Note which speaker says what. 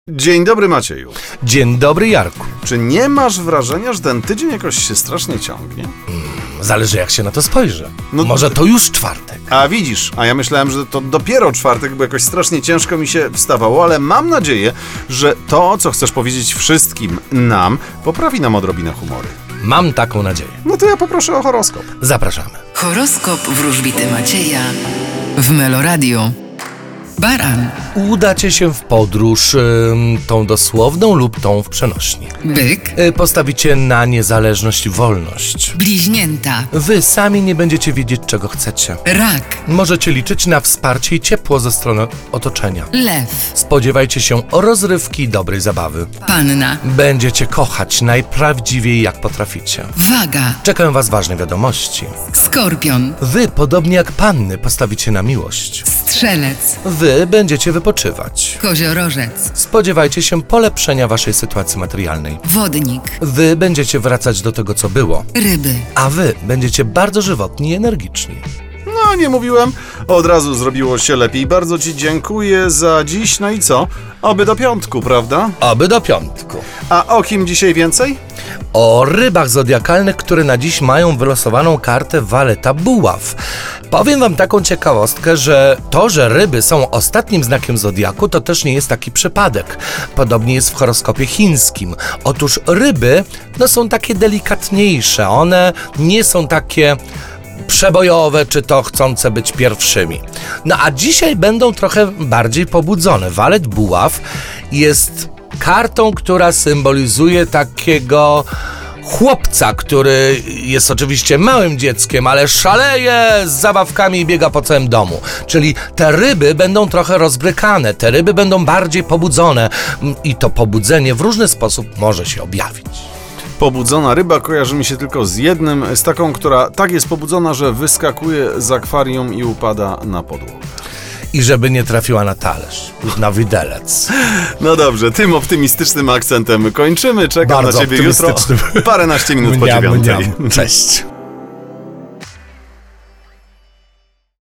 Speaker 1: Dzień dobry, Macieju.
Speaker 2: Dzień dobry, Jarku.
Speaker 1: Czy nie masz wrażenia, że ten tydzień jakoś się strasznie ciągnie?
Speaker 2: Zależy, jak się na to spojrzy.
Speaker 1: No,
Speaker 2: Może to już czwartek.
Speaker 1: A widzisz, a ja myślałem, że to dopiero czwartek, bo jakoś strasznie ciężko mi się wstawało, ale mam nadzieję, że to, co chcesz powiedzieć wszystkim nam, poprawi nam odrobinę humory.
Speaker 2: Mam taką nadzieję.
Speaker 1: No to ja poproszę o horoskop.
Speaker 2: Zapraszamy.
Speaker 3: Horoskop wróżbity Macieja w Meloradio. Baran,
Speaker 2: Udacie się w podróż, tą dosłowną lub tą w przenośni.
Speaker 3: byk,
Speaker 2: Postawicie na niezależność i wolność.
Speaker 3: bliźnięta,
Speaker 2: Wy sami nie będziecie wiedzieć, czego chcecie.
Speaker 3: rak,
Speaker 2: Możecie liczyć na wsparcie i ciepło ze strony otoczenia.
Speaker 3: lew,
Speaker 2: Spodziewajcie się rozrywki i dobrej zabawy.
Speaker 3: panna,
Speaker 2: Będziecie kochać najprawdziwiej, jak potraficie.
Speaker 3: waga,
Speaker 2: Czekają was ważne wiadomości.
Speaker 3: skorpion,
Speaker 2: Wy, podobnie jak panny, postawicie na miłość.
Speaker 3: strzelec,
Speaker 2: Wy będziecie wypoczywać.
Speaker 3: koziorożec,
Speaker 2: Spodziewajcie się polepszenia waszej sytuacji materialnej.
Speaker 3: wodnik,
Speaker 2: Wy będziecie wracać do tego, co było.
Speaker 3: ryby.
Speaker 2: A wy będziecie bardzo żywotni i energiczni.
Speaker 1: No, nie mówiłem, od razu zrobiło się lepiej. Bardzo ci dziękuję za dziś, no i co? Oby do piątku, prawda?
Speaker 2: Oby do piątku.
Speaker 1: A o kim dzisiaj więcej?
Speaker 2: O rybach zodiakalnych, które na dziś mają wylosowaną kartę waleta buław. Powiem wam taką ciekawostkę, że to, że ryby są ostatnim znakiem zodiaku, to też nie jest taki przypadek. Podobnie jest w horoskopie chińskim. Otóż ryby, są takie delikatniejsze, one nie są takie przebojowe, czy to chcące być pierwszymi. A dzisiaj będą trochę bardziej pobudzone. Walet buław jest kartą, która symbolizuje takiego chłopca, który jest oczywiście małym dzieckiem, ale szaleje z zabawkami i biega po całym domu. Czyli te ryby będą trochę rozbrykane, te ryby będą bardziej pobudzone i to pobudzenie w różny sposób może się objawić.
Speaker 1: Pobudzona ryba kojarzy mi się tylko z jednym, z taką, która tak jest pobudzona, że wyskakuje z akwarium i upada na podłogę.
Speaker 2: I żeby nie trafiła na talerz lub na widelec.
Speaker 1: No dobrze, tym optymistycznym akcentem kończymy. Czekam
Speaker 2: Bardzo
Speaker 1: na ciebie jutro.
Speaker 2: optymistycznym.
Speaker 1: Paręnaście minut po 9:00.
Speaker 2: Cześć.